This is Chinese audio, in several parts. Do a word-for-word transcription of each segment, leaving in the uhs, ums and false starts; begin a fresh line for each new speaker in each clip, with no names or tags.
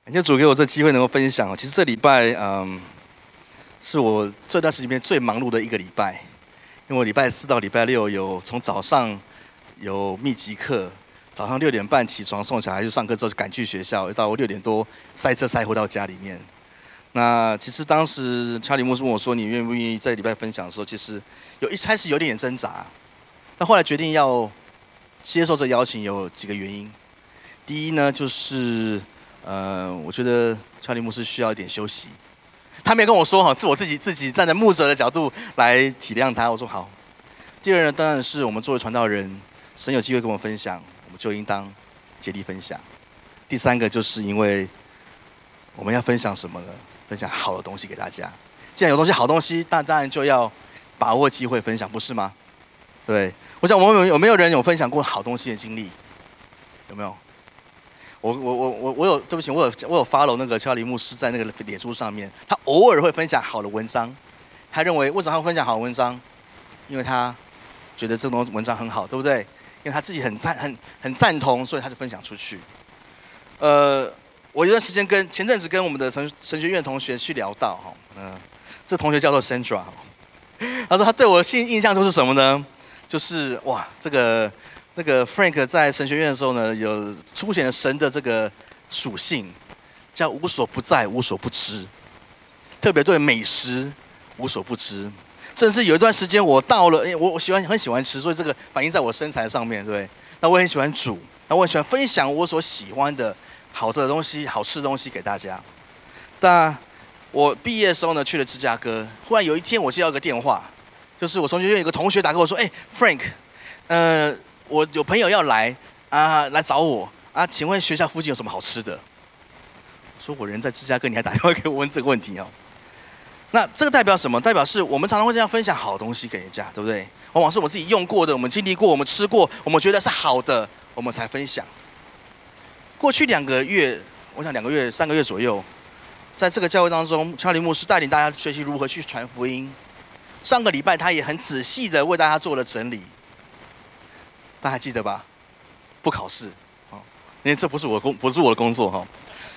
感谢主给我这机会能够分享。其实这礼拜，嗯，是我这段时间里面最忙碌的一个礼拜，因为我礼拜四到礼拜六有从早上有密集课，早上六点半起床送小孩去上课之后就赶去学校，到六点多塞车塞回到家里面。那其实当时查理牧师问我说：“你愿不愿意在礼拜分享的时候，其实有一开始有点点挣扎，但后来决定要接受这邀请，有几个原因。第一呢，就是呃，我觉得查理牧师需要一点休息。他没有跟我说哈，是我自己自己站在牧者的角度来体谅他。我说好。第二呢，当然是我们作为传道人，神有机会跟我们分享，我们就应当竭力分享。第三个就是因为我们要分享什么呢？分享好的东西给大家。既然有东西好东西，那当然就要把握机会分享，不是吗？对，我想我们有没有人有分享过好东西的经历？有没有？我我我我我有，对不起，我有我有 follow 那个查理牧师在那个脸书上面，他偶尔会分享好的文章。他认为为什么他会分享好的文章？因为他觉得这种文章很好，对不对？因为他自己很赞很很赞同，所以他就分享出去。呃，我有段时间跟前阵子跟我们的神神学院同学去聊到哈，嗯、呃，这同学叫做 Sandra， 他说他对我的印象就是什么呢？就是哇，这个。那个 Frank 在神学院的时候呢，有凸显了神的这个属性，叫无所不在、无所不知。特别对美食无所不知，甚至有一段时间我到了，我我喜欢很喜欢吃，所以这个反映在我身材上面，对不对？那我也很喜欢煮，那我很喜欢分享我所喜欢的好的东西、好吃的东西给大家。但我毕业的时候呢，去了芝加哥，忽然有一天我接到一个电话，就是我神学院有个同学打给我说：“哎 ，Frank， 呃。”我有朋友要来啊，来找我啊，请问学校附近有什么好吃的？我说我人在芝加哥，你还打电话给我问这个问题哦？那这个代表什么？代表是我们常常会这样分享好东西给人家，对不对？往往是我们自己用过的，我们经历过，我们吃过，我们觉得是好的，我们才分享。过去两个月，我想两个月、三个月左右，在这个教会当中，查理牧师带领大家学习如何去传福音。上个礼拜他也很仔细的为大家做了整理。大家还记得吧？不考试，因为这不是我的工，不是我的工作哈。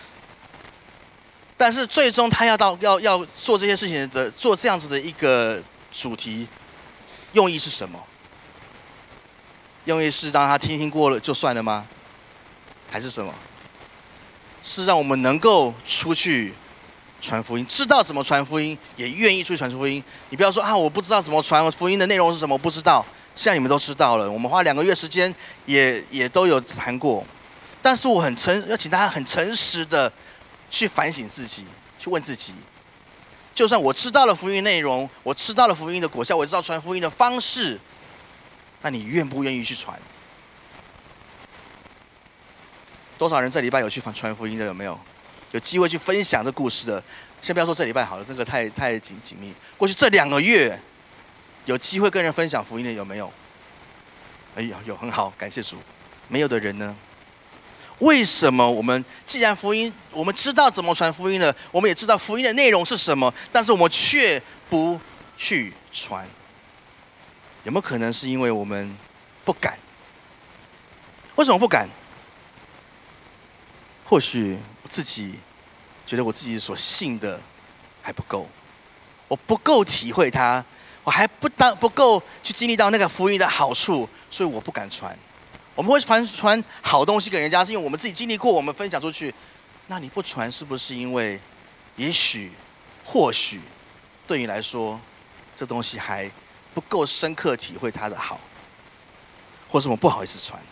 但是最终他要到要要做这些事情的，做这样子的一个主题，用意是什么？用意是让他听听过了就算了吗？还是什么？是让我们能够出去传福音，知道怎么传福音，也愿意出去传福音。你不要说啊，我不知道怎么传福音的内容是什么，我不知道。现在你们都知道了，我们花两个月时间也也都有谈过，但是我很诚，要请大家很诚实的去反省自己，去问自己，就算我知道了福音内容，我知道了福音的果效，我知道传福音的方式，那你愿不愿意去传？多少人这礼拜有去传福音的？有没有？有机会去分享这故事的？先不要说这礼拜好了，这个太太紧紧密。过去这两个月。有机会跟人分享福音的有没有？哎呀，有，很好，感谢主。没有的人呢？为什么我们既然福音，我们知道怎么传福音了，我们也知道福音的内容是什么，但是我们却不去传？有没有可能是因为我们不敢？为什么不敢？或许我自己觉得我自己所信的还不够，我不够体会它。我还不当不够去经历到那个福音的好处，所以我不敢传。我们会传传好东西给人家，是因为我们自己经历过，我们分享出去。那你不传，是不是因为也许、或许对你来说，这东西还不够深刻体会它的好，或是我们不好意思传？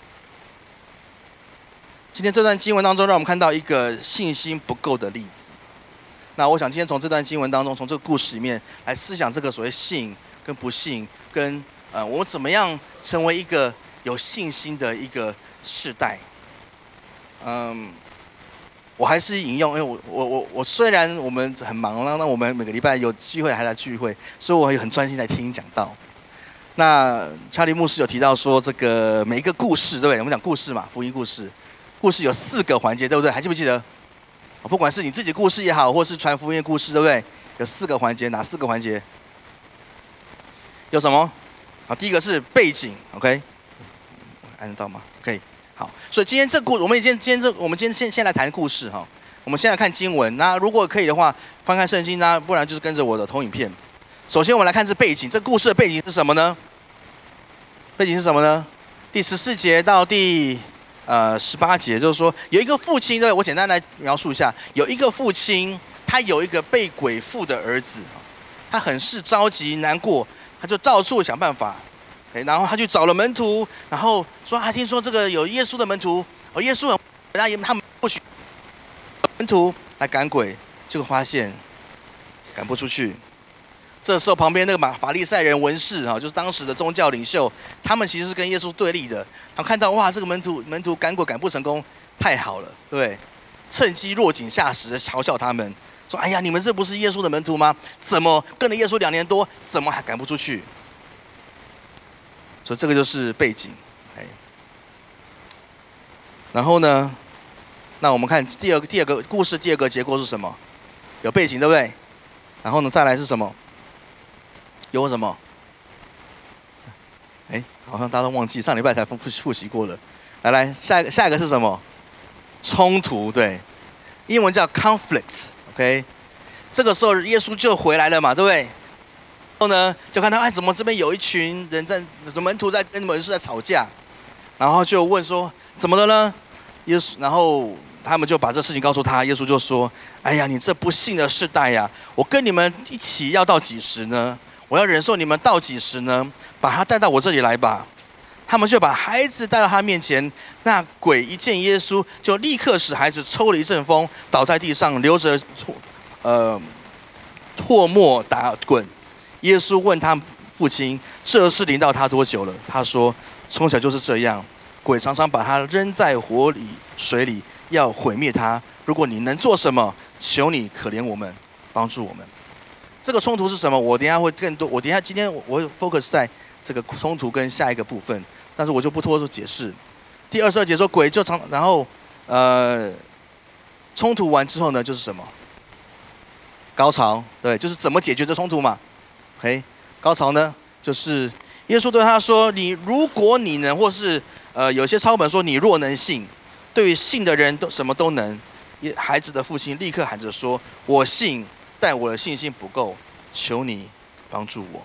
今天这段经文当中，让我们看到一个信心不够的例子。那我想今天从这段经文当中，从这个故事里面来思想这个所谓信跟不信，跟呃我们怎么样成为一个有信心的一个世代。嗯，我还是引用，因为我我我我虽然我们很忙，那我们每个礼拜有机会还来聚会，所以我也很专心在听讲道。那查理牧师有提到说，这个每一个故事，对不对？我们讲故事嘛，福音故事，故事有四个环节，对不对？还记不记得？不管是你自己故事也好，或是传福音的故事，对不对？有四个环节，哪四个环节？有什么？好，第一个是背景 ，OK， 按得到吗？可以。好，所以今天这故，我们今天今天这，我们今天先先来谈故事哈。 我们现在看经文，那如果可以的话，翻开圣经，那不然就是跟着我的投影片。首先，我们来看这背景，这故事的背景是什么呢？背景是什么呢？第十四节到第呃十八节，就是说有一个父亲，对，我简单来描述一下，有一个父亲，他有一个被鬼附的儿子，他很是着急难过，他就到处想办法，然后他去找了门徒，然后说他听说这个有耶稣的门徒，哦，耶稣很，那他们不许门徒来赶鬼，结果发现赶不出去。这时候旁边那个马法利赛人文士啊，就是当时的宗教领袖，他们其实是跟耶稣对立的。然后看到哇，这个门徒门徒赶鬼赶不成功，太好了，对不对？趁机落井下石的嘲笑他们，说：“哎呀，你们这不是耶稣的门徒吗？怎么跟了耶稣两年多，怎么还赶不出去？”所以这个就是背景。哎，然后呢，那我们看第二个第二个故事第二个结构是什么？有背景，对不对？然后呢，再来是什么？有什么？哎，好像大家都忘记，上礼拜才复复习过了。来来，下一个下一个是什么？冲突，对，英文叫 conflict。OK， 这个时候耶稣就回来了嘛，对不对？然后呢，就看到哎，怎么这边有一群人在门徒在跟门士在吵架，然后就问说怎么了呢？耶稣，然后他们就把这事情告诉他，耶稣就说：“哎呀，你这不幸的世代呀，我跟你们一起要到几时呢？我要忍受你们到几时呢？把他带到我这里来吧。”他们就把孩子带到他面前，那鬼一见耶稣，就立刻使孩子抽了一阵风，倒在地上，流着呃唾沫打滚。耶稣问他父亲：“这事临到他多久了？”他说：“从小就是这样，鬼常常把他扔在火里、水里，要毁灭他。如果你能做什么，求你可怜我们，帮助我们。”这个冲突是什么？我等一下会更多。我等一下今天我会 focus 在这个冲突跟下一个部分，但是我就不多做解释。第二十二节说鬼就常，然后呃冲突完之后呢，就是什么？高潮，对，就是怎么解决这冲突嘛。OK， 高潮呢，就是耶稣对他说：“你如果你能，或是呃有些抄本说你若能信，对于信的人都什么都能。”孩子的父亲立刻喊着说：“我信。”但我的信心不够，求你帮助我。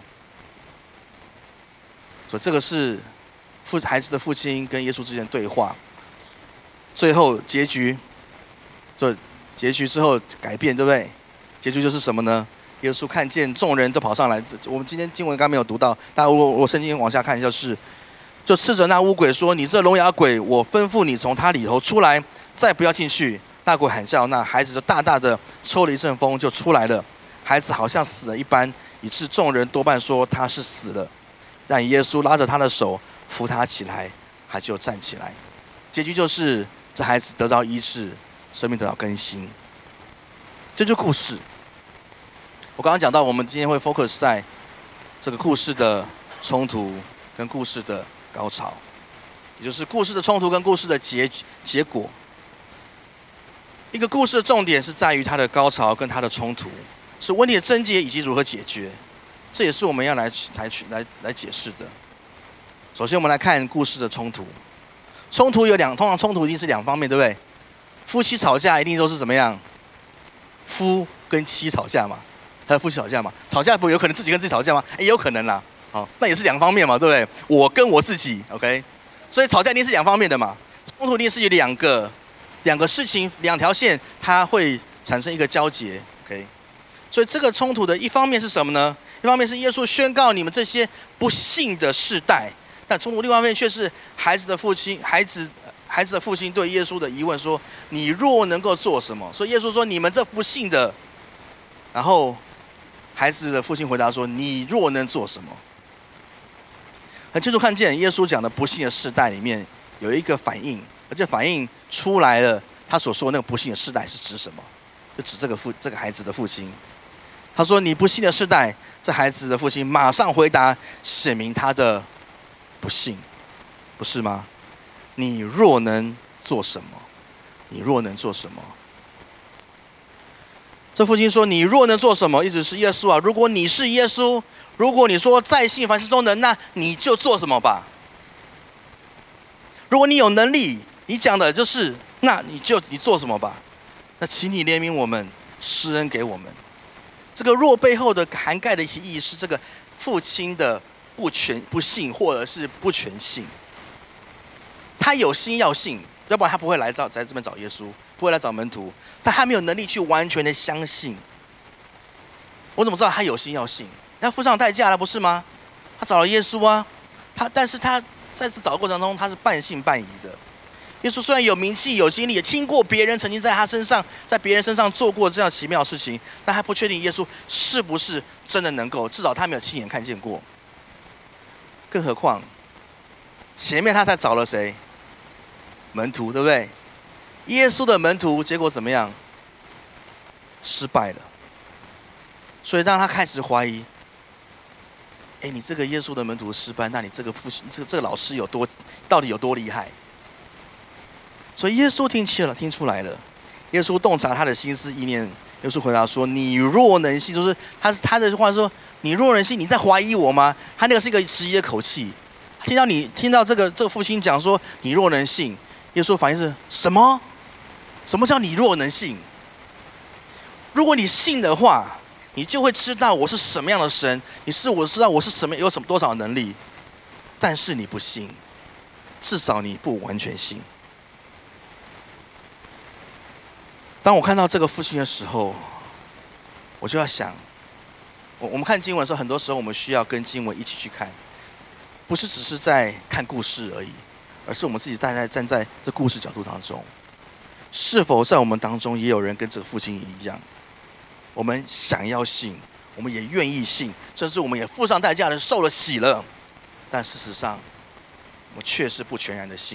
所以这个是父孩子的父亲跟耶稣之间的对话。最后结局，这结局之后改变，对不对？结局就是什么呢？耶稣看见众人都跑上来，我们今天经文刚没有读到，大家我我圣经往下看，就是就斥责那污鬼说：“你这聋哑鬼，我吩咐你从他里头出来，再不要进去。”那鬼喊叫，那孩子就大大的抽了一阵风，就出来了。孩子好像死了一般，以致众人多半说他是死了。但耶稣拉着他的手扶他起来，他就站起来。结局就是这孩子得到医治，生命得到更新。这就是故事。我刚刚讲到，我们今天会 focus 在这个故事的冲突跟故事的高潮，也就是故事的冲突跟故事的结结果。一个故事的重点是在于它的高潮跟它的冲突，是问题的症结以及如何解决，这也是我们要来来来来解释的。首先，我们来看故事的冲突。冲突有两，通常冲突一定是两方面，对不对？夫妻吵架一定都是怎么样？夫跟妻吵架嘛，还有夫妻吵架嘛？吵架不有可能自己跟自己吵架吗？也有可能啦。好，那也是两方面嘛，对不对？我跟我自己 ，OK。所以吵架一定是两方面的嘛。冲突一定是有两个。两个事情，两条线，它会产生一个交结 ，OK。所以这个冲突的一方面是什么呢？一方面是耶稣宣告你们这些不信的世代，但冲突另外一方面却是孩子的父亲，孩子孩子的父亲对耶稣的疑问说：“你若能够做什么？”所以耶稣说：“你们这不信的。”然后孩子的父亲回答说：“你若能做什么？”很清楚看见耶稣讲的不信的世代里面有一个反应。而这反应出来了，他所说的那个不幸的世代是指什么？就指这个父这个孩子的父亲。他说：“你不幸的世代。”这孩子的父亲马上回答，显明他的不幸，不是吗？你若能做什么？你若能做什么？这父亲说：“你若能做什么？”意思是耶稣啊，如果你是耶稣，如果你说在信凡事中能，那你就做什么吧。如果你有能力。你讲的就是，那你就你做什么吧？ 那请你怜悯我们，施恩给我们。这个若背后的涵盖的意义是这个父亲的不全不信，或者是不全信。他有心要信，要不然他不会来找在这边找耶稣，不会来找门徒。但他没有能力去完全的相信。我怎么知道他有心要信？他付上代价了，不是吗？他找了耶稣啊，他但是他在这找的过程中，他是半信半疑的。耶稣虽然有名气、有经历，也听过别人曾经在他身上、在别人身上做过这样奇妙的事情，但他不确定耶稣是不是真的能够，至少他没有亲眼看见过。更何况，前面他才找了谁？门徒，对不对？耶稣的门徒，结果怎么样？失败了。所以让他开始怀疑：哎，你这个耶稣的门徒失败，那你这个父亲、这个这个老师有多，到底有多厉害？所以耶稣听清了，听出来了。耶稣洞察他的心思意念。耶稣回答说：“你若能信，就是他他的话说，你若能信，你在怀疑我吗？”他那个是一个质疑的口气。听到你听到这个这个父亲讲说：“你若能信。”耶稣反应是什么？什么叫你若能信？如果你信的话，你就会知道我是什么样的神，你是我知道我是什么有什么多少能力。但是你不信，至少你不完全信。当我看到这个父亲的时候，我就要想，我我们看经文的时候，很多时候我们需要跟经文一起去看，不是只是在看故事而已，而是我们自己站在站在这故事角度当中，是否在我们当中也有人跟这个父亲一样，我们想要信，我们也愿意信，甚至我们也付上代价的受了洗了，但事实上，我们确实不全然的信。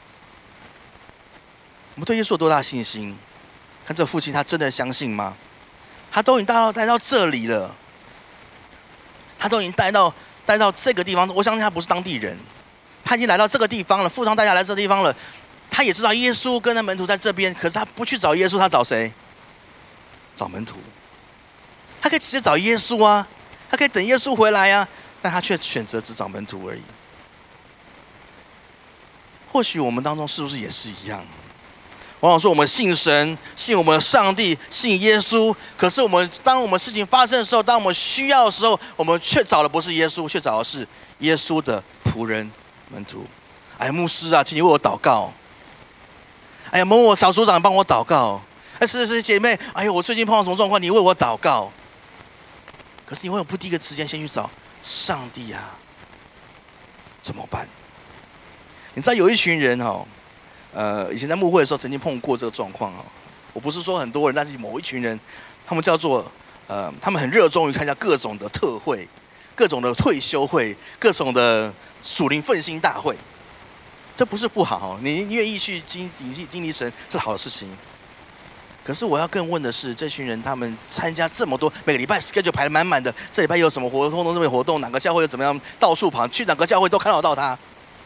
我们对耶稣有多大信心？看这父亲，他真的相信吗？他都已经带到带到这里了，他都已经带到带到这个地方。我相信他不是当地人，他已经来到这个地方了，付上代价来这个地方了。他也知道耶稣跟他门徒在这边，可是他不去找耶稣，他找谁？找门徒。他可以直接找耶稣啊，他可以等耶稣回来啊，但他却选择只找门徒而已。或许我们当中是不是也是一样？往往说我们信神，信我们的上帝，信耶稣。可是我们当我们事情发生的时候，当我们需要的时候，我们却找的不是耶稣，却找的是耶稣的仆人门徒。哎，牧师啊，请你为我祷告。哎呀，某某小组长帮我祷告。哎，是是是，姐妹，哎呦，我最近碰到什么状况，你为我祷告。可是你为什么不第一个时间先去找上帝啊？怎么办？你知道有一群人哦。呃，以前在牧会的时候，曾经碰过这个状况哦。我不是说很多人，但是某一群人，他们叫做呃，他们很热衷于参加各种的特会、各种的退休会、各种的属灵奋兴大会。这不是不好，你愿意去经经经历神是好的事情。可是我要更问的是，这群人他们参加这么多，每个礼拜 schedule 排得满满的，这礼拜有什么活动，那边活动，哪个教会又怎么样，到处跑，去哪个教会都看得到他。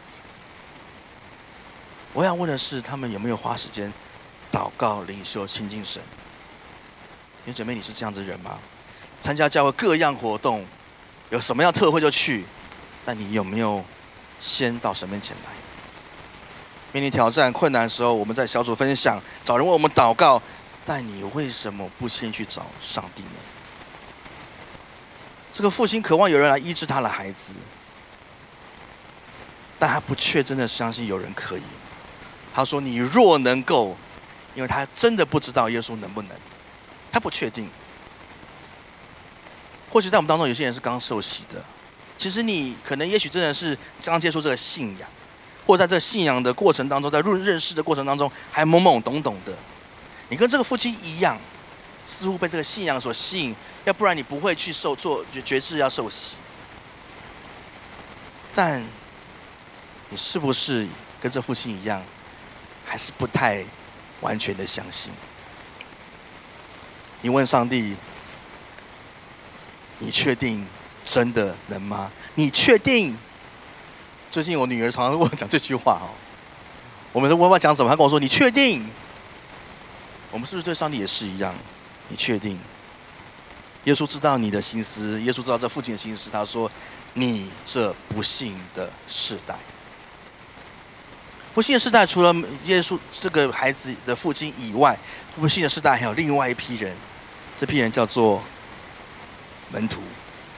我想问的是，他们有没有花时间祷告、灵修、亲近神？弟兄姐妹，你是这样子的人吗？参加教会各样活动，有什么样特会就去，但你有没有先到神面前来？面临挑战、困难的时候，我们在小组分享，找人为我们祷告，但你为什么不先去找上帝呢？这个父亲渴望有人来医治他的孩子，但他不确真的相信有人可以。他说：“你若能够，因为他真的不知道耶稣能不能，他不确定。或许在我们当中有些人是刚受洗的，其实你可能也许真的是刚接触这个信仰，或者在这个信仰的过程当中，在认识的过程当中还懵懵懂懂的。你跟这个父亲一样，似乎被这个信仰所吸引，要不然你不会去受做决志要受洗。但你是不是跟这父亲一样？”还是不太完全的相信。你问上帝：“你确定真的能吗？你确定？”最近我女儿常常跟我讲这句话哦。我们都问她讲什么，她跟我说：“你确定？”我们是不是对上帝也是一样？你确定？耶稣知道你的心思，耶稣知道这父亲的心思。他说：“你这不信的世代。” 不信的世代除了耶稣这个孩子的父亲以外，不信的世代还有另外一批人，这批人叫做门徒。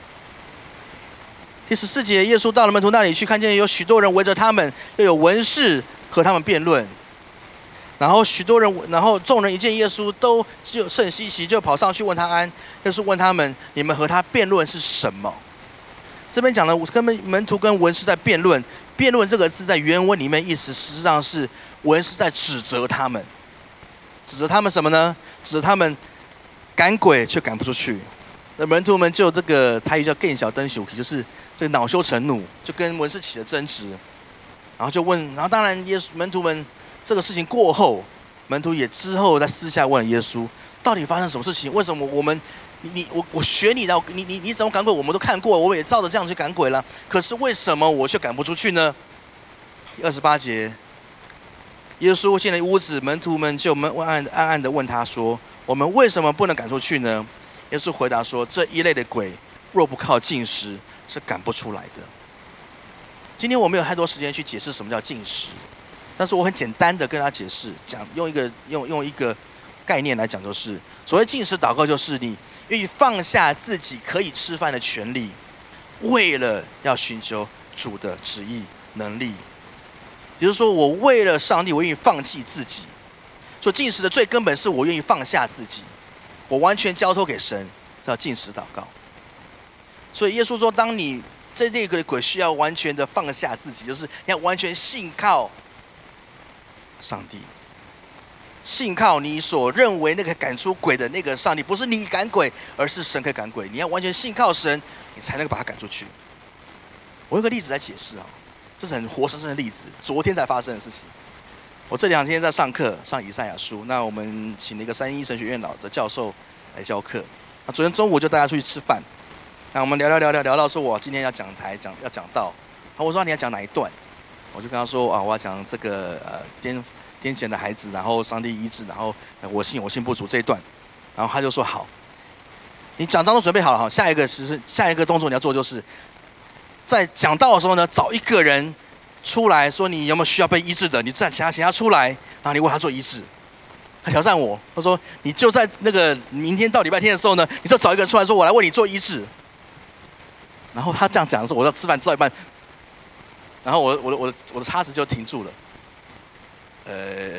第十四节，耶稣到了门徒那里去，看见有许多人围着他们，又有文士和他们辩论。然后许多人，然后众人一见耶稣，都就甚稀奇，就跑上去问他安。耶稣问他们：你们和他辩论是什么？这边讲了，跟门徒跟文士在辩论。辩论这个字在原文里面意思，实际上是文士在指责他们，指责他们什么呢？指责他们赶鬼却赶不出去。那门徒们就这个台语叫更小灯羞气，就是这个恼羞成怒，就跟文士起了争执，然后就问，然后当然耶稣门徒们这个事情过后，门徒也之后在私下问耶稣，到底发生什么事情？为什么我们你你我我学你的，你你你怎么赶鬼？我们都看过，我也照着这样去赶鬼了。可是为什么我却赶不出去呢？二十八节，耶稣进了屋子，门徒们就暗暗暗暗的问他说：“我们为什么不能赶出去呢？”耶稣回答说：“这一类的鬼，若不靠禁食，是赶不出来的。”今天我没有太多时间去解释什么叫禁食，但是我很简单的跟他解释，讲用一个用用一个概念来讲，就是所谓禁食祷告，就是你愿意放下自己可以吃饭的权利，为了要寻求主的旨意能力。也就是说，我为了上帝，我愿意放弃自己。所以禁食的最根本是我愿意放下自己，我完全交托给神，叫禁食祷告。所以耶稣说，当你这类个鬼需要完全的放下自己，就是你要完全信靠上帝，信靠你所认为那个赶出鬼的那个上帝，不是你赶鬼，而是神可以赶鬼。你要完全信靠神，你才能把他赶出去。我有个例子来解释啊，这是很活生生的例子，昨天才发生的事情。我这两天在上课，上以赛亚书，那我们请了一个三一神学院老的教授来教课。那昨天中午就带他出去吃饭，那我们聊聊聊聊聊到说，我今天要讲台讲要讲到，好，我说你要讲哪一段？我就跟他说啊，我要讲这个呃癫癫痫的孩子，然后上帝医治，然后我信我信不足这一段，然后他就说好，你讲章都准备好了哈，下一个其实下一个动作你要做就是在讲道的时候呢，找一个人出来说你有没有需要被医治的，你站请他请他出来，然后你为他做医治。他挑战我，他说你就在那个明天到礼拜天的时候呢，你就找一个人出来说我来为你做医治。然后他这样讲的时候，我要吃饭吃到一半，然后我我的我的我的叉子就停住了。呃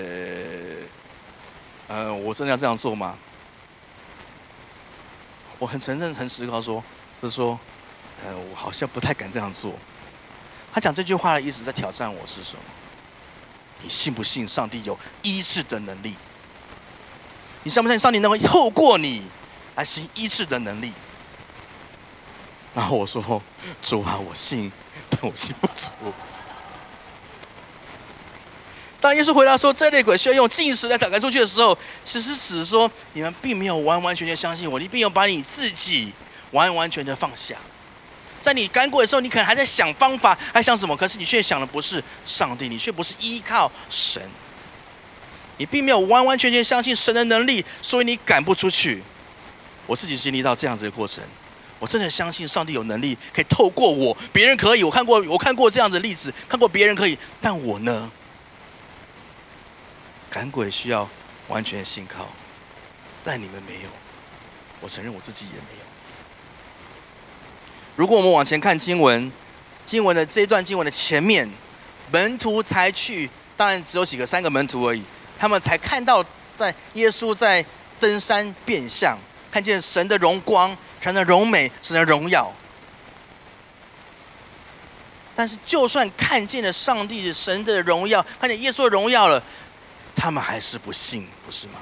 呃，我真的要这样做吗？我很承认、很实告说，就是说，呃，我好像不太敢这样做。他讲这句话的意思在挑战我是什么？你信不信上帝有医治的能力？你相不相信上帝能够透过你来行医治的能力？然后我说：“主啊，我信，但我信不足。”当耶稣回答说这类鬼需要用禁食来赶出去的时候，其实只是说你们并没有完完全全相信我，你并没有把你自己完完全全放下。在你赶鬼的时候，你可能还在想方法，还想什么？可是你却想的不是上帝，你却不是依靠神。你并没有完完全全相信神的能力，所以你赶不出去。我自己经历到这样子的过程，我真的相信上帝有能力可以透过我，别人可以，我看过我看过这样的例子，看过别人可以，但我呢？赶鬼需要完全信靠，但你们没有。我承认我自己也没有。如果我们往前看经文，经文的这一段经文的前面，门徒才去，当然只有几个，三个门徒而已，他们才看到在耶稣在登山变相，看见神的荣光、神的荣美、神的荣耀。但是就算看见了上帝神的荣耀，看见耶稣的荣耀了，他们还是不信，不是吗？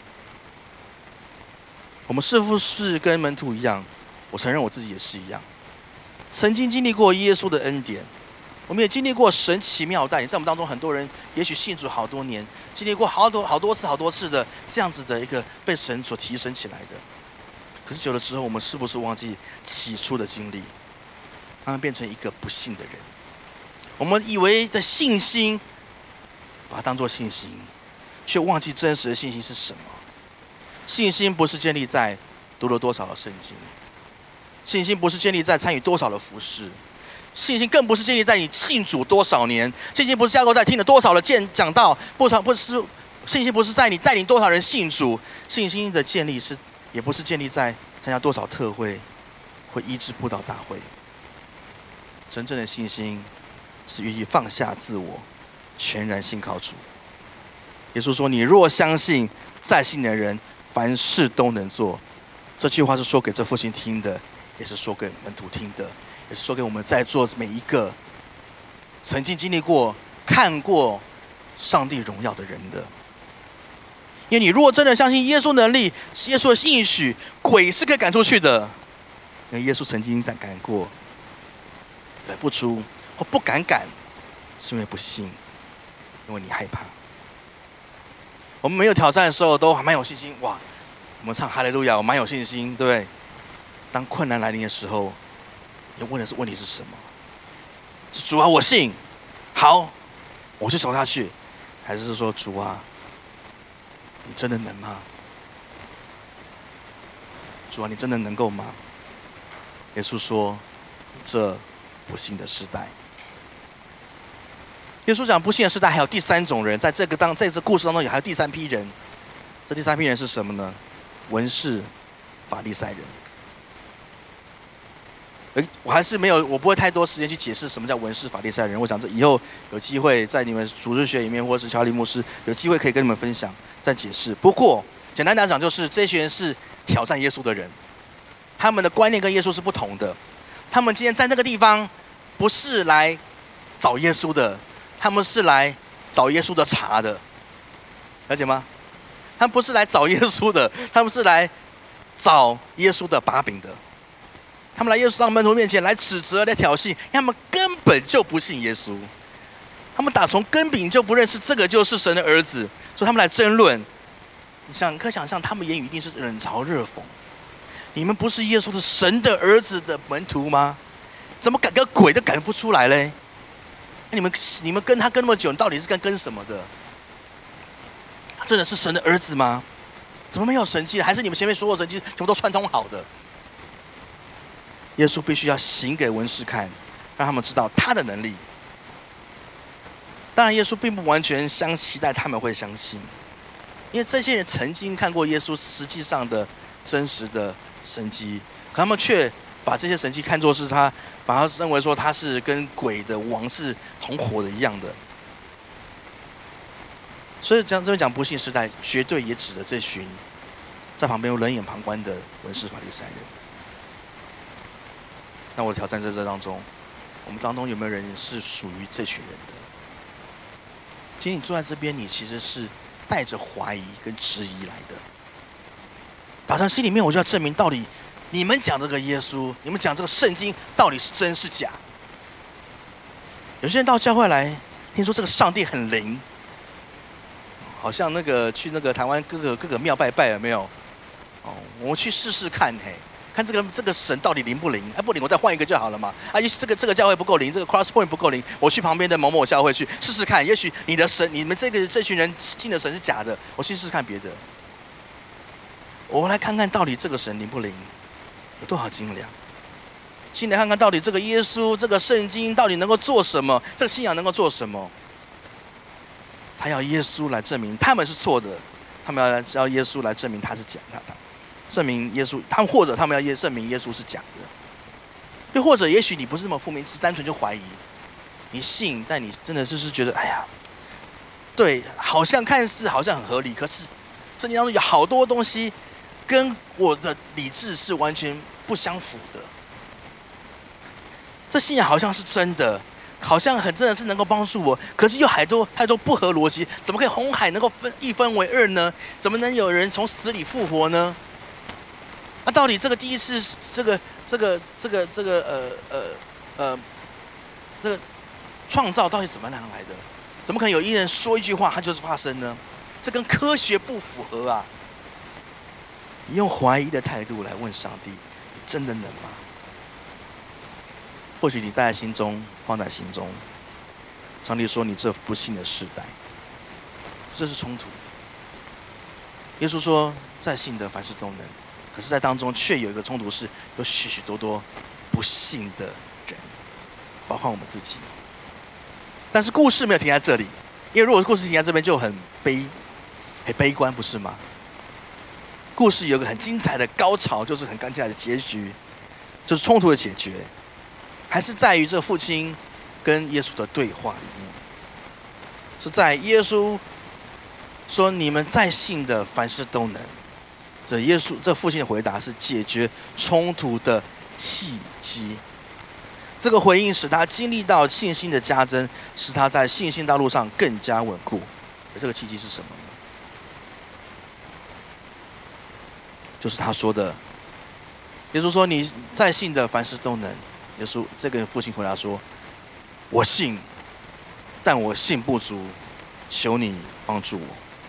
我们是不是跟门徒一样？我承认我自己也是一样，曾经经历过耶稣的恩典，我们也经历过神奇妙带领。在我们当中，很多人也许信主好多年，经历过好多好多次、好多次的这样子的一个被神所提升起来的。可是久了之后，我们是不是忘记起初的经历，慢慢变成一个不信的人？我们以为的信心，把它当作信心，却忘记真实的信心是什么。信心不是建立在读了多少的圣经，信心不是建立在参与多少的服事， 信心更不是建立在你信主多少年，信心不是架构在听了多少的见讲道，不少不是信心不是在你带领多少人信主，信心的建立是也不是建立在参加多少特会，会医治布道大会。真正的信心是愿意放下自我，全然信靠主。耶稣说：“你若相信，在信的人凡事都能做。”这句话是说给这父亲听的，也是说给门徒听的，也是说给我们在座每一个曾经经历过、看过上帝荣耀的人的。因为你如果真的相信耶稣能力，耶稣的应许，鬼是可以赶出去的。因为耶稣曾经赶过，赶不出或不敢赶，是因为不信，因为你害怕。我们没有挑战的时候，都还蛮有信心，哇！我们唱哈利路亚，我蛮有信心，对不对？当困难来临的时候，你问的是问题是什么？是主啊，我信，好，我去走下去，还是说主啊，你真的能吗？主啊，你真的能够吗？耶稣说：“你这不信的时代。”耶稣讲不信的时代，还有第三种人，在这个当在这故事当中，有还有第三批人。这第三批人是什么呢？文士、法利赛人。我还是没有，我不会太多时间去解释什么叫文士、法利赛人。我想这以后有机会在你们主日学里面，或者是乔利牧师有机会可以跟你们分享，再解释。不过简单来讲，就是这些人是挑战耶稣的人，他们的观念跟耶稣是不同的。他们今天在那个地方，不是来找耶稣的，他们是来找耶稣的茬的，了解吗？他们不是来找耶稣的，他们是来找耶稣的把柄的。他们来耶稣当门徒面前来指责、来挑衅，因为他们根本就不信耶稣，他们打从根本就不认识这个就是神的儿子，所以他们来争论。你想，可想象他们言语一定是冷嘲热讽。你们不是耶稣的神的儿子的门徒吗？怎么赶个鬼都赶不出来嘞？你们你们跟他跟那么久，你到底是跟跟什么的？他真的是神的儿子吗？怎么没有神迹？还是你们前面所有神迹全部都串通好的？耶稣必须要行给文士看，让他们知道他的能力。当然，耶稣并不完全相期待他们会相信，因为这些人曾经看过耶稣实际上的真实的神迹，可他们却把这些神迹看作是他，把他认为说他是跟鬼的王是同伙的一样的。所以这样这边讲不信时代，绝对也指着这群在旁边冷眼旁观的文士法利赛人。那我的挑战在这当中，我们当中有没有人是属于这群人的？今天你坐在这边，你其实是带着怀疑跟质疑来的。打从心里面，我就要证明到底你们讲这个耶稣，你们讲这个圣经到底是真是假？有些人到教会来，听说这个上帝很灵，好像那个去那个台湾各个各个庙拜拜有没有？哦，我们去试试看，嘿。看这个这个神到底灵不灵？啊，不灵，我再换一个就好了嘛。啊，也许这个这个教会不够灵，这个 Cross Point 不够灵，我去旁边的某某教会去试试看。也许你的神，你们这个这群人信的神是假的，我去试试看别的。我们来看看到底这个神灵不灵，有多少斤两？先来看看到底这个耶稣、这个圣经到底能够做什么？这个信仰能够做什么？他要耶稣来证明他们是错的，他们要要耶稣来证明他是假的。证明耶稣，他们或者他们要证明耶稣是假的，又或者也许你不是那么负面，只是单纯就怀疑，你信，但你真的就是觉得，哎呀，对，好像看似好像很合理，可是圣经当中有好多东西跟我的理智是完全不相符的。这信仰好像是真的，好像很真的是能够帮助我，可是又太多太多不合逻辑，怎么可以红海能够分一分为二呢？怎么能有人从死里复活呢？那、啊、到底这个第一次，这个这个这个这个呃呃呃，这个创造到底怎么样来的？怎么可能有一人说一句话，它就是发生呢？这跟科学不符合啊！你用怀疑的态度来问上帝，你真的能吗？或许你带在心中，放在心中。上帝说：“你这不信的世代。”这是冲突。耶稣说：“在信的凡事都能。”可是，在当中却有一个冲突，是有许许多多不信的人。 包括我们自己。但是故事没有停在这里，因为如果故事停在这边就很悲很悲观，不是吗？故事有一个很精彩的高潮，就是很精彩的结局，就是冲突的解决，还是在于这父亲跟耶稣的对话里面，是在耶稣说你们在信的凡事都能。这耶稣这父亲的回答是解决冲突的契机。这个回应使他经历到信心的加增，使他在信心道路上更加稳固。而这个契机是什么呢？就是他说的，耶稣说你在信的凡事都能。耶稣这个父亲回答说：我信，但我信不足，求你帮助我。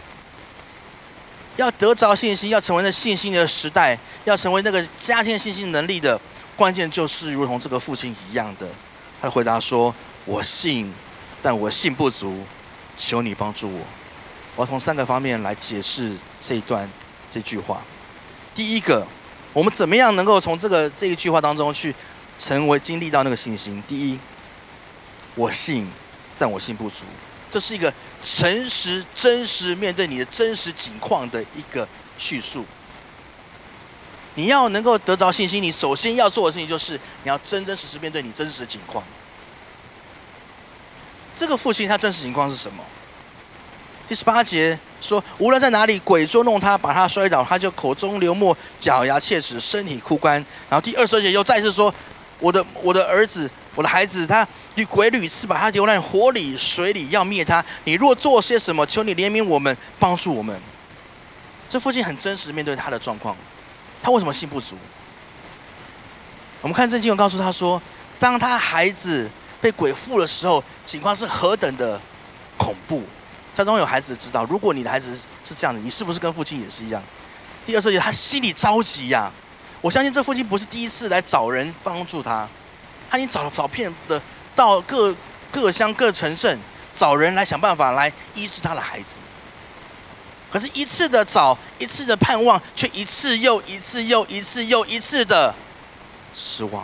要得着信心，要成为那信心的时代，要成为那个加添信心能力的关键，就是如同这个父亲一样的，他的回答说：我信，但我信不足，求你帮助我。我要从三个方面来解释这一段这句话。第一个，我们怎么样能够从这个这一句话当中去成为经历到那个信心？第一，我信，但我信不足。这是一个诚实、真实面对你的真实境况的一个叙述。你要能够得着信心，你首先要做的事情就是你要真真实实面对你真实的境况。这个父亲他真实情况是什么？第十八节说，无论在哪里，鬼捉弄他，把他摔倒，他就口中流沫，咬牙切齿，身体枯干。然后第二十二节又再次说，我的我的儿子，我的孩子，他与鬼屡次把他丢在火里、水里，要灭他。你若做些什么，求你怜悯我们，帮助我们。这父亲很真实面对他的状况，他为什么信不足？我们看这经文告诉他说，当他孩子被鬼附的时候，情况是何等的恐怖。家中有孩子知道，如果你的孩子是这样的，你是不是跟父亲也是一样？第二十节，他心里着急呀、啊。我相信这父亲不是第一次来找人帮助他，他已经找了找遍的到各各乡各城镇找人来想办法来医治他的孩子。可是，一次的找，一次的盼望，却一次又一次又一次又一次的失望。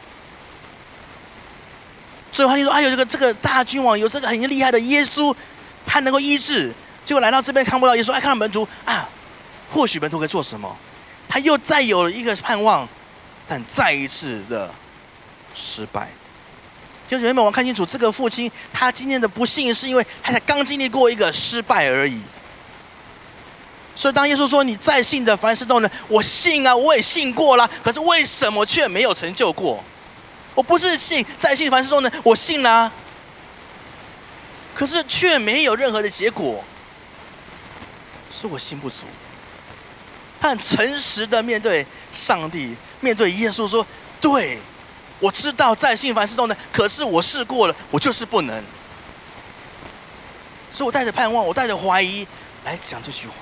最后他就说：“哎呦，这个这个大君王有这个很厉害的耶稣。”他能够医治，结果来到这边看不到耶稣，哎，看到门徒啊，或许门徒可以做什么？他又再有了一个盼望，但再一次的失败。弟兄姐妹们，我们看清楚，这个父亲他今天的不幸，是因为他才刚经历过一个失败而已。所以当耶稣说你在信的凡事都能，我信啊，我也信过了，可是为什么却没有成就过？我不是信在信凡事都能，我信了、啊。可是却没有任何的结果，是我信不足。他很诚实的面对上帝，面对耶稣说：“对，我知道在信凡事都能，可是我试过了，我就是不能。”所以我带着盼望，我带着怀疑来讲这句话。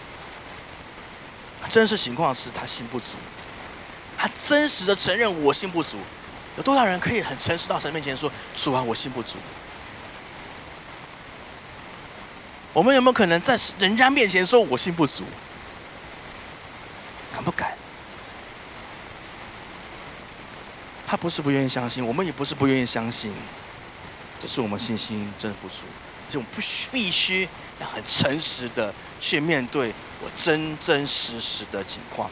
真实情况是他信不足，他真实的承认我信不足。有多少人可以很诚实到神面前说：“主啊，我信不足。”我们有没有可能在人家面前说我信不足？敢不敢？他不是不愿意相信，我们也不是不愿意相信，只是我们信心真的不足，所以我们必须必须要很诚实的去面对我真真实实的情况。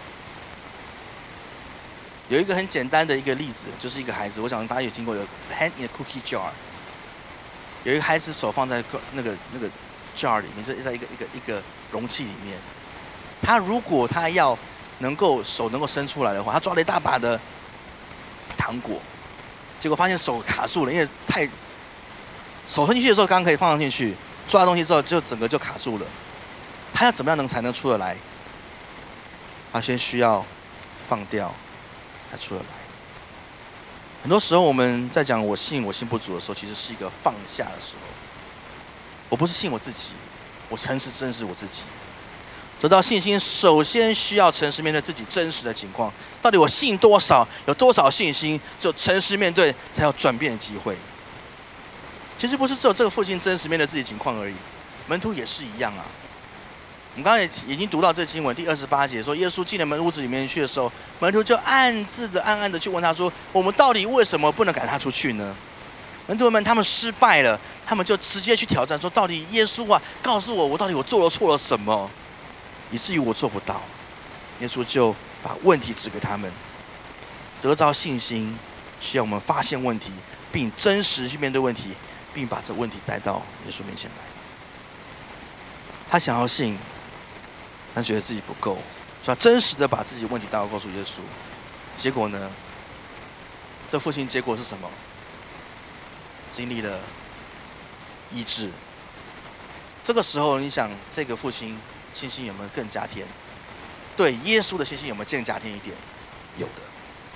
有一个很简单的一个例子，就是一个孩子，我想大家有听过，有 hand in a cookie jar， 有一个孩子手放在那个那个 jar 里面，这在一个一个一个容器里面。他如果他要能够手能够伸出来的话，他抓了一大把的糖果，结果发现手卡住了，因为太手伸进去的时候刚刚可以放上进去，抓东西之后就整个就卡住了。他要怎么样能才能出得来？他先需要放掉，才出得来。很多时候我们在讲我信我信不足的时候，其实是一个放下的时候。我不是信我自己，我诚实正视我自己。得到信心，首先需要诚实面对自己真实的情况。到底我信多少，有多少信心，只有诚实面对，才有转变的机会。其实不是只有这个父亲真实面对自己情况而已，门徒也是一样啊。 我们刚刚也已经读到这经文第二十八节，说耶稣进了门屋子里面去的时候，门徒就暗自的、暗暗的去问他说：“我们到底为什么不能赶他出去呢？”门徒们他们失败了，他们就直接去挑战说：“到底耶稣啊，告诉我，我到底我做了错了什么，以至于我做不到？”耶稣就把问题指给他们。得着信心，需要我们发现问题，并真实去面对问题，并把这问题带到耶稣面前来。他想要信，但觉得自己不够，所以他真实的把自己问题带到告诉耶稣。结果呢？这父亲结果是什么？经历了医治。这个时候，你想这个父亲信心有没有更加添？对耶稣的信心有没有更加添一点？有的。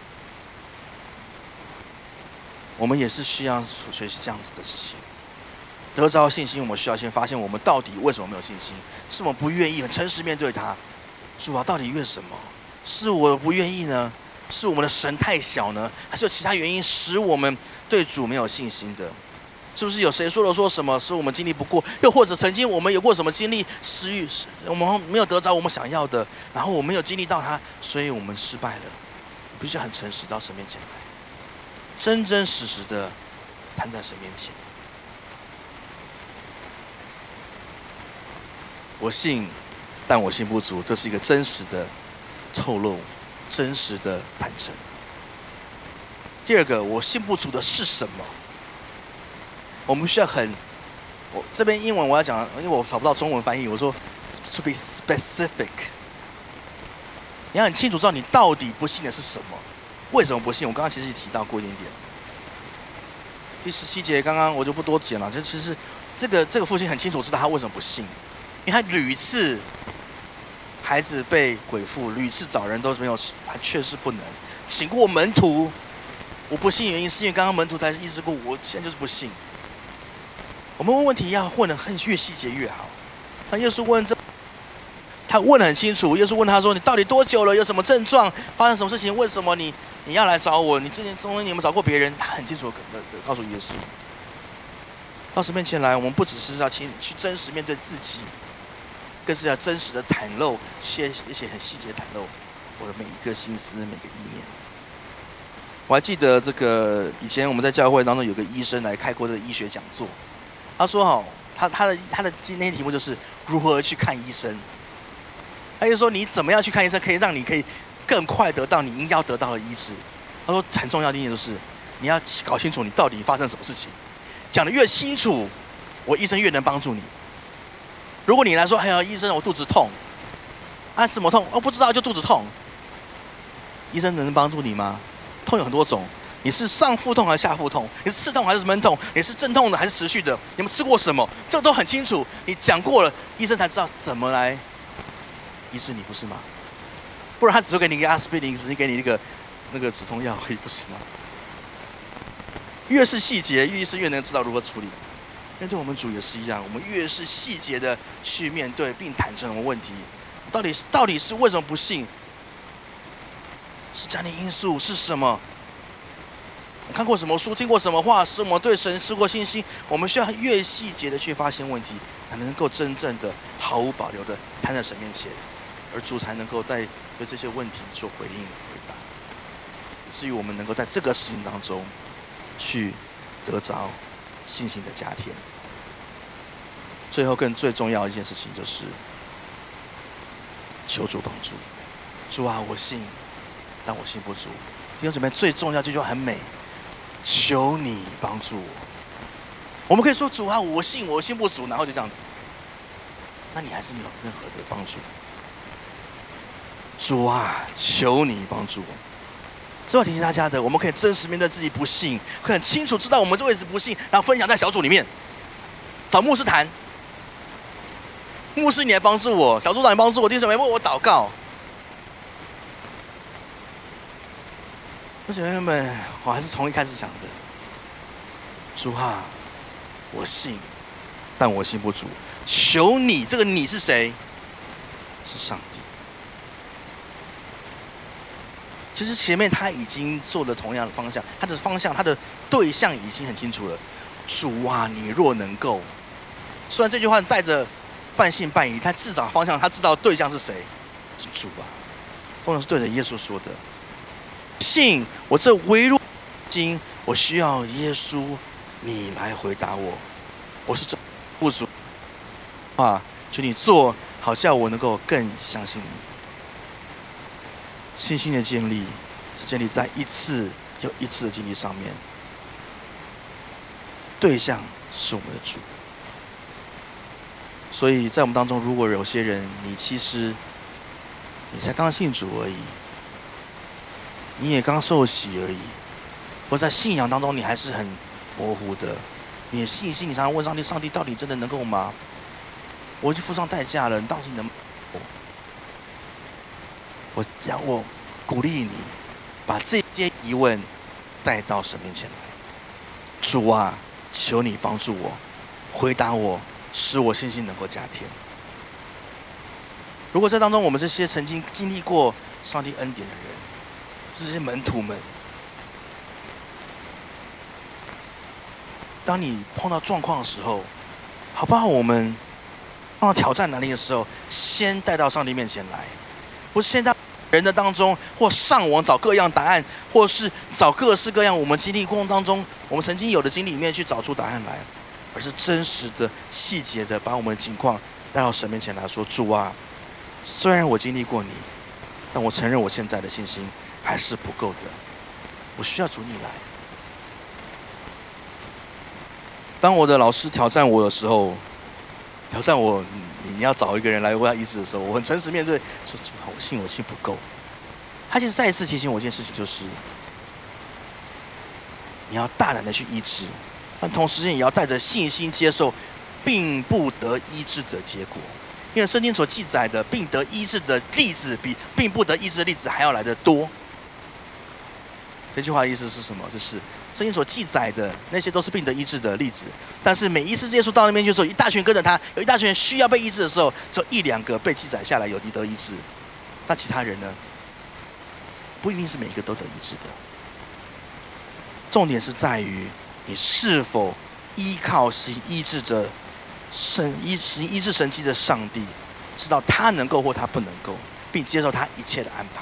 我们也是需要学习这样子的事情。得着信心，我们需要先发现我们到底为什么没有信心，是我们不愿意很诚实面对他。主啊，到底为什么？是我不愿意呢？是我们的神太小呢？还是有其他原因使我们对主没有信心的？是不是有谁说了说什么是我们经历不过？又或者曾经我们有过什么经历失于我们没有得着我们想要的，然后我们没有经历到它，所以我们失败了。必须很诚实到神面前来，真真实实的摊在神面前。我信，但我信不足，这是一个真实的透露，真实的坦诚。第二个，我信不足的是什么？我们需要很，我这边英文我要讲，因为我找不到中文翻译，我说 to be specific。你要很清楚知道你到底不信的是什么，为什么不信？我刚刚其实也提到过一点点。第十七节，刚刚我就不多讲了，就其实这个这个父亲很清楚知道他为什么不信，因为他屡次孩子被鬼附，屡次找人都没有，他确实不能，请过门徒。我不信原因是因为刚刚门徒才医治过，我现在就是不信。我们问问题要问得很越细节越好。那耶稣问这，他问得很清楚。耶稣问他说：“你到底多久了？有什么症状？发生什么事情？为什么你你要来找我？你之前中间你有没有找过别人？”他很清楚的告诉耶稣。到神面前来，我们不只是要去真实面对自己，更是要真实的袒露些一些很细节袒露我的每一个心思、每个意念。我还记得这个以前我们在教会当中有个医生来开过这个医学讲座。他说：“哦，他他的他的今天题目就是如何去看医生。他就说你怎么样去看医生，可以让你可以更快得到你应要得到的医治。他说很重要的一点就是你要搞清楚你到底发生什么事情，讲得越清楚，我医生越能帮助你。如果你来说，哎呀，医生我肚子痛，啊什么痛？哦不知道就肚子痛，医生能帮助你吗？痛有很多种。”你是上腹痛还是下腹痛？你是刺痛还是闷痛？你是阵痛的还是持续的？你们吃过什么？这都很清楚。你讲过了，医生才知道怎么来医治你，不是吗？不然他只会给你一个阿司匹林，只是给你一个那个止痛药而已，不是吗？越是细节，医生越能知道如何处理。面对我们主也是一样，我们越是细节的去面对并坦诚我们问题，到底到底是为什么不信？是家庭因素是什么？看过什么书，听过什么话，使我们对神失过信心。我们需要越细节的去发现问题，才能够真正的毫无保留的摊在神面前，而主才能够在对这些问题做回应回答，以至于我们能够在这个事情当中去得着信心的加添。最后更最重要的一件事情就是求主帮助。主啊，我信，但我信不足。弟兄姊妹，最重要这句话很美。求你帮助我。我们可以说主啊，我信，我信不足，然后就这样子，那你还是没有任何的帮助。主啊，求你帮助我。最后提醒大家的，我们可以真实面对自己不信，可以很清楚知道我们这位置不信，然后分享在小组里面，找牧师谈。牧师，你来帮助我；小组长，你帮助我；弟兄姊妹为我祷告。弟兄姊妹们，我还是从一开始讲的，主啊，我信，但我信不足。求你，这个你是谁？是上帝。其实前面他已经做了同样的方向，他的方向，他的对象已经很清楚了。主啊，你若能够，虽然这句话带着半信半疑，他知道方向，他知道对象是谁，是主啊。通常是对着耶稣说的。信我这微弱心，我需要耶稣，你来回答我。我是这不足啊，求你做好，叫我能够更相信你。信心的建立是建立在一次又一次的经历上面，对象是我们的主。所以在我们当中，如果有些人，你其实你才刚信主而已，你也刚受洗而已，或在信仰当中你还是很模糊的，你的信心，你常常问上帝：上帝到底真的能够吗？我已经付上代价了，你到底能？我让我鼓励你，把这些疑问带到神面前来。主啊，求你帮助我，回答我，使我信心能够加添。如果在当中，我们这些曾经经历过上帝恩典的人，这些门徒们，当你碰到状况的时候，好不好？我们碰到挑战能力的时候，先带到上帝面前来，不是先到人的当中，或上网找各样答案，或是找各式各样我们经历过程当中，我们曾经有的经历里面去找出答案来，而是真实的、细节的把我们的情况带到神面前来说：主啊，虽然我经历过你，但我承认我现在的信心还是不够的，我需要主你来。当我的老师挑战我的时候，挑战我，你要找一个人来为他医治的时候，我很诚实面对，说主啊，我信我信不够。他其实再一次提醒我一件事情，就是你要大胆的去医治，但同时也要带着信心接受并不得医治的结果。因为圣经所记载的并得医治的例子，比并不得医治的例子还要来得多。这句话的意思是什么？就是圣经所记载的那些都是并得医治的例子，但是每一次耶稣到那边去之后，一大群跟着他，有一大群人需要被医治的时候，只有一两个被记载下来有得医治，那其他人呢？不一定是每一个都得医治的。重点是在于你是否依靠行医治的神医行医治神迹的上帝，知道他能够或他不能够，并接受他一切的安排。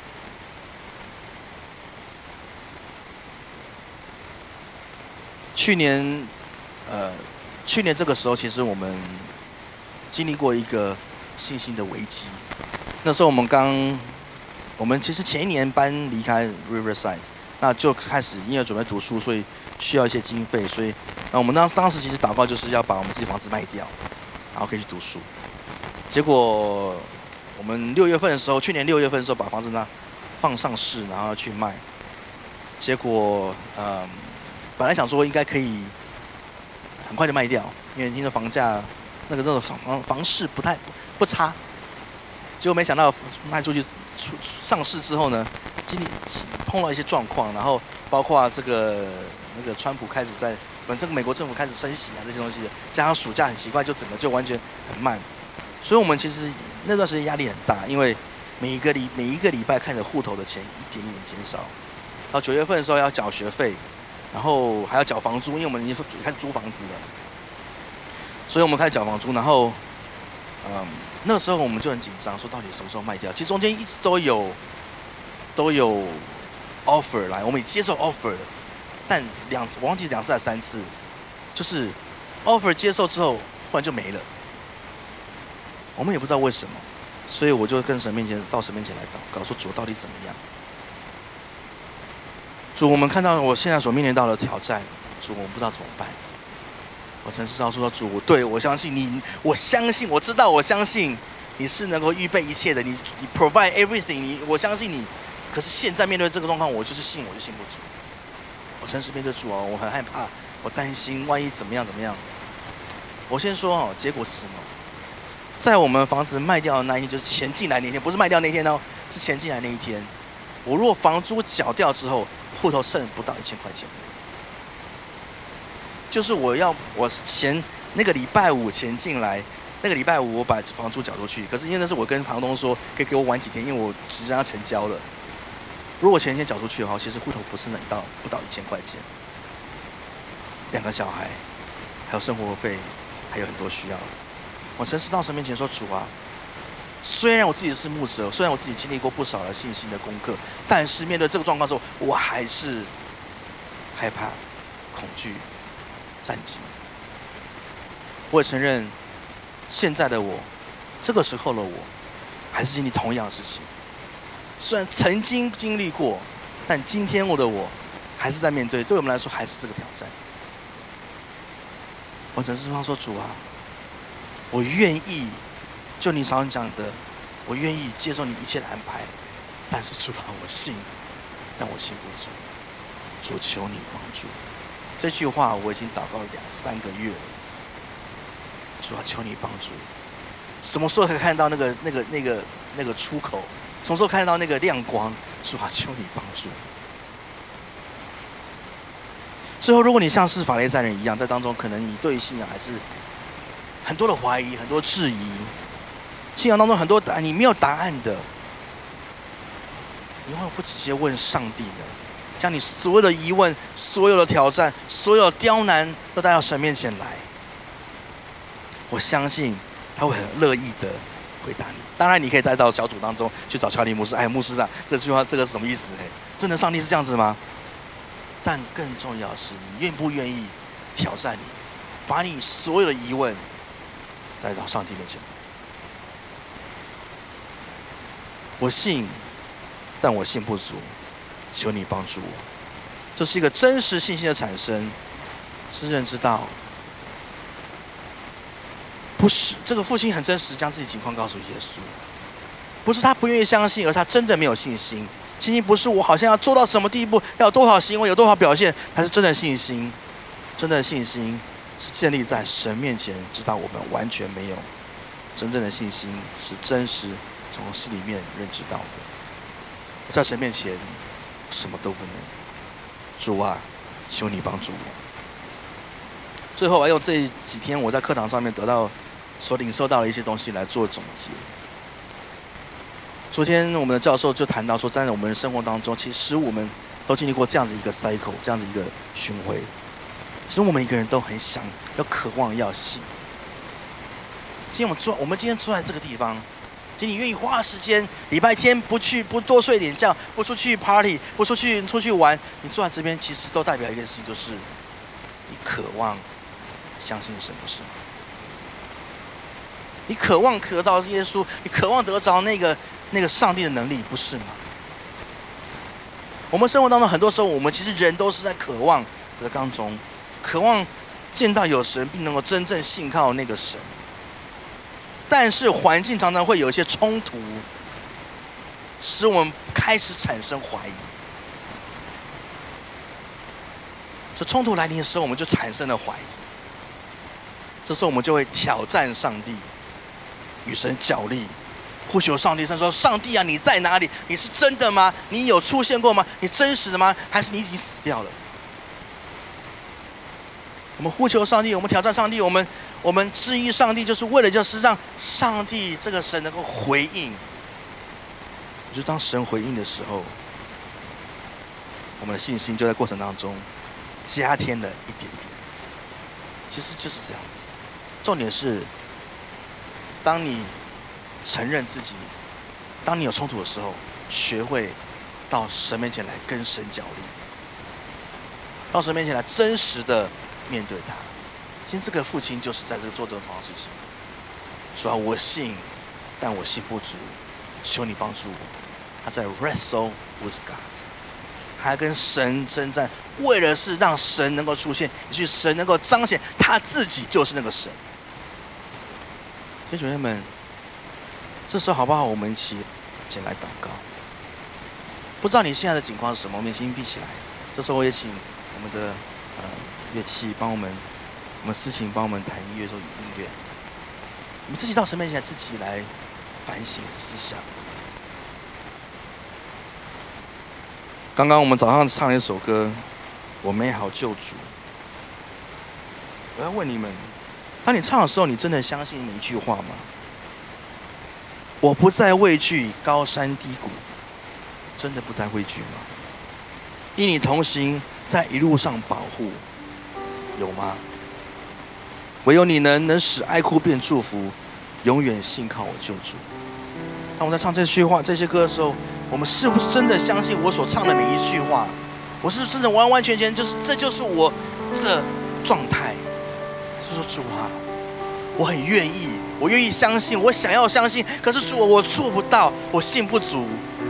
去年，呃，去年这个时候，其实我们经历过一个信心的危机。那时候我们刚，我们其实前一年搬离开 Riverside， 那就开始因为准备读书，所以需要一些经费，所以那我们当当时其实祷告就是要把我们自己房子卖掉，然后可以去读书。结果我们六月份的时候，去年六月份的时候把房子呢放上市，然后去卖。结果，嗯。本来想说应该可以很快就卖掉，因为听说房价那个这种房房房市不太 不, 不差，结果没想到卖出去出上市之后呢，经历碰到一些状况，然后包括这个那个川普开始在，反正美国政府开始升息啊这些东西，加上暑假很奇怪，就整个就完全很慢，所以我们其实那段时间压力很大，因为每一个礼每一个礼拜看着户头的钱一点一点减少，到九月份的时候要缴学费。然后还要缴房租，因为我们已经开始租房子了，所以我们开始缴房租。然后，嗯，那个时候我们就很紧张，说到底什么时候卖掉？其实中间一直都有都有 offer 来，我们也接受 offer 了，但两我忘记两次还是三次，就是 offer 接受之后，忽然就没了，我们也不知道为什么，所以我就跟神面前到神面前来祷告，说主到底怎么样？主，我们看到我现在所面临到的挑战，主，我不知道怎么办。我诚实告诉说，主，对我相信你，我相信，我知道，我相信你是能够预备一切的，你你 provide everything， 你我相信你。可是现在面对这个状况，我就是信，我就信不住。我诚实面对主哦，我很害怕，我担心万一怎么样怎么样。我先说哦，结果是什么？在我们房子卖掉的那一天，就是钱进来那天，不是卖掉那天哦，是钱进来那一天。我如果房租缴掉之后，户头剩不到一千块钱，就是我要我前那个礼拜五钱进来，那个礼拜五我把房租缴出去，可是因为那是我跟房东说可以给我晚几天，因为我即将要成交了。如果前一天缴出去的话，其实户头不是能到不到一千块钱，两个小孩，还有生活费，还有很多需要。 我诚实到神面前说：主啊，虽然我自己是牧者，虽然我自己经历过不少的信心的功课，但是面对这个状况之后，我还是害怕、恐惧、战惊。我也承认，现在的我，这个时候的我，还是经历同样的事情。虽然曾经经历过，但今天我的我，还是在面对。对我们来说，还是这个挑战。我诚实说：主啊，我愿意，就你常常讲的，我愿意接受你一切的安排。但是主啊，我信，但我信不足。主，求你帮助。这句话我已经祷告了两三个月了。主啊，求你帮助。什么时候可以看到那个、那个、那个、那个出口？什么时候看到那个亮光？主啊，求你帮助。最后，如果你像是法利赛人一样，在当中可能你对信仰还是很多的怀疑、很多质疑，信仰当中很多答案你没有答案的，你为什么不直接问上帝呢？将你所有的疑问、所有的挑战、所有的刁难都带到神面前来。我相信他会很乐意的回答你。当然，你可以带到小组当中去找乔尼牧师。哎，牧师长，这句话这个是什么意思？哎，真的上帝是这样子吗？但更重要的是，你愿不愿意挑战你，把你所有的疑问带到上帝面前。我信，但我信不足，求你帮助我。这是一个真实信心的产生，是认知到，不是这个父亲很真实，将自己情况告诉耶稣，不是他不愿意相信，而是他真的没有信心。信心不是我好像要做到什么地步，要有多少行为，有多少表现，还是真的信心。真的信心是建立在神面前，知道我们完全没有。真正的信心是真实从心里面认知到的。我在神面前什么都不能。主啊，求你帮助我。最后，我要用这几天我在课堂上面得到、所领受到的一些东西来做总结。昨天我们的教授就谈到说，在我们的生活当中，其实我们都经历过这样子一个 cycle， 这样子一个循环。其实我们每个人都很想要、渴望要信。今天我们坐，我们今天坐在这个地方，今天你愿意花时间，礼拜天不去，不多睡点觉，不出去 party， 不出去出去玩，你坐在这边，其实都代表一件事情，就是你渴望相信神，不是吗？你渴望得到耶稣，你渴望得着那个那个上帝的能力，不是吗？我们生活当中很多时候，我们其实人都是在渴望的当中，渴望见到有神，并能够真正信靠那个神。但是环境常常会有一些冲突，使我们开始产生怀疑。这冲突来临的时候，我们就产生了怀疑。这时候我们就会挑战上帝，与神角力，呼求上帝，神说：“上帝啊，你在哪里？你是真的吗？你有出现过吗？你真实的吗？还是你已经死掉了？”我们呼求上帝，我们挑战上帝，我们我们质疑上帝，就是为了就是让上帝这个神能够回应。就当神回应的时候，我们的信心就在过程当中加添了一点点。其实就是这样子。重点是，当你承认自己，当你有冲突的时候，学会到神面前来跟神角力，到神面前来真实的面对他。今天这个父亲就是在这个做这种同样的事情。主啊，我信，但我信不足，求你帮助我。他在 wrestle with God， 还跟神征战，为了是让神能够出现，也许神能够彰显他自己就是那个神。弟兄姐妹们，这时候好不好？我们一起前来祷告。不知道你现在的情况是什么？我们眼睛闭起来。这时候我也请我们的呃乐器帮我们，我们司琴帮我们弹音乐做音乐。我们自己到神面前自己来反省思想。刚刚我们早上唱了一首歌《我美好救主》。我要问你们，当你唱的时候，你真的相信每一句话吗？我不再畏惧高山低谷，真的不再畏惧吗？与你同行，在一路上保护，有吗？唯有你能能使哀哭变祝福， 永远信靠我救主。当我在唱这句话、这些歌的时候，我们是不是真的相信我所唱的每一句话？我是不是真的完完全全就是这就是我这状态？是说主啊，我很愿意，我愿意相信，我想要相信，可是主啊，我做不到，我信不足。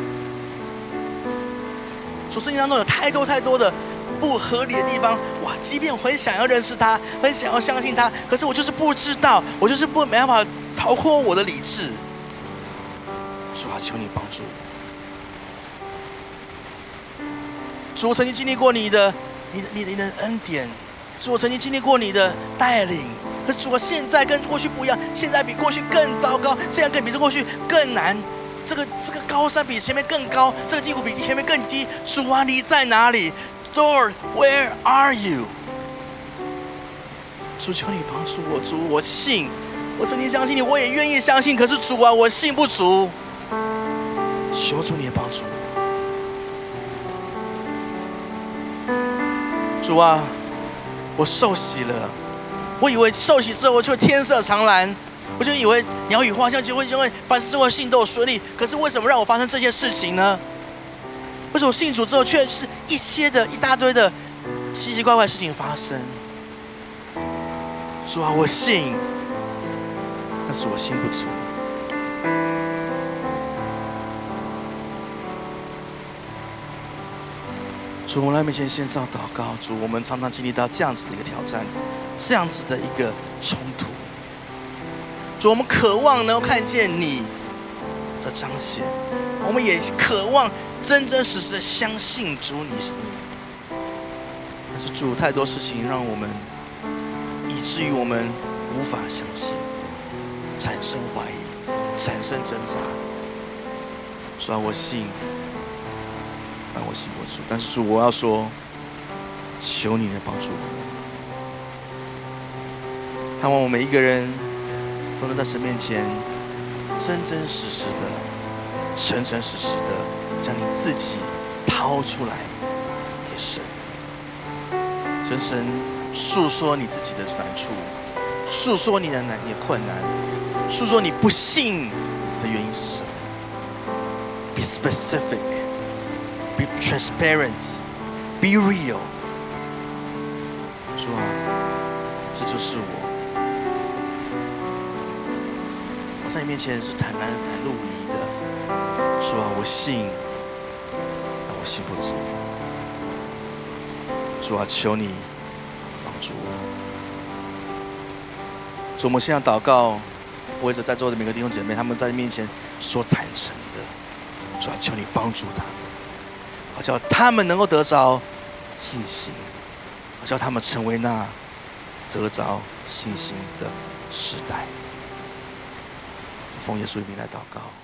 主，圣经当中有太多太多的不合理的地方，哇！即便我很想要认识他，很想要相信他，可是我就是不知道，我就是不没办法逃脱我的理智。主啊，求你帮助我。主，我曾经经历过你的、你的、你的、你的恩典。主，我曾经经历过你的带领。可是主啊，现在跟过去不一样，现在比过去更糟糕，现在更比这过去更难。这个这个高山比前面更高，这个低谷比前面更低。主啊，你在哪里 ？Lord, where are you？ 主，求你帮助我。主，我信，我曾经相信你，我也愿意相信。可是主啊，我信不足。求主你的帮助。主啊，我受洗了，我以为受洗之后我就会天色常蓝，我就以为鸟语花香，就会因为凡事会信都顺利。可是为什么让我发生这些事情呢？为什么我信主之后却是一些的一大堆的奇奇怪怪的事情发生？主啊，我信，但主我信不足。主，我们来面前献上祷告。主，我们常常经历到这样子的一个挑战，这样子的一个冲突。主，我们渴望能够看见你的彰显，我们也渴望真真实实的相信主你是你。但是主，太多事情让我们以至于我们无法相信，产生怀疑，产生挣扎。主啊，我信。但我信不住，但是主，我要说，求你来帮助我。盼望我们每一个人都能在神面前真真实实的、诚诚实实的将你自己掏出来给神，真神诉说你自己的难处，诉说你的难、你的困难，诉说你不信的原因是什么。Be specific.Be transparent, be real. 主啊，这就是我。我在你面前是坦然、袒露无遗的。主啊，我信，但我信不足。主啊，求你帮助我。主，我们现在祷告，为着在座的每个弟兄姐妹，他们在你面前所坦诚的，主啊，求你帮助他们。好叫他们能够得着信心，好叫他们成为那得着信心的时代。奉耶稣的名来祷告。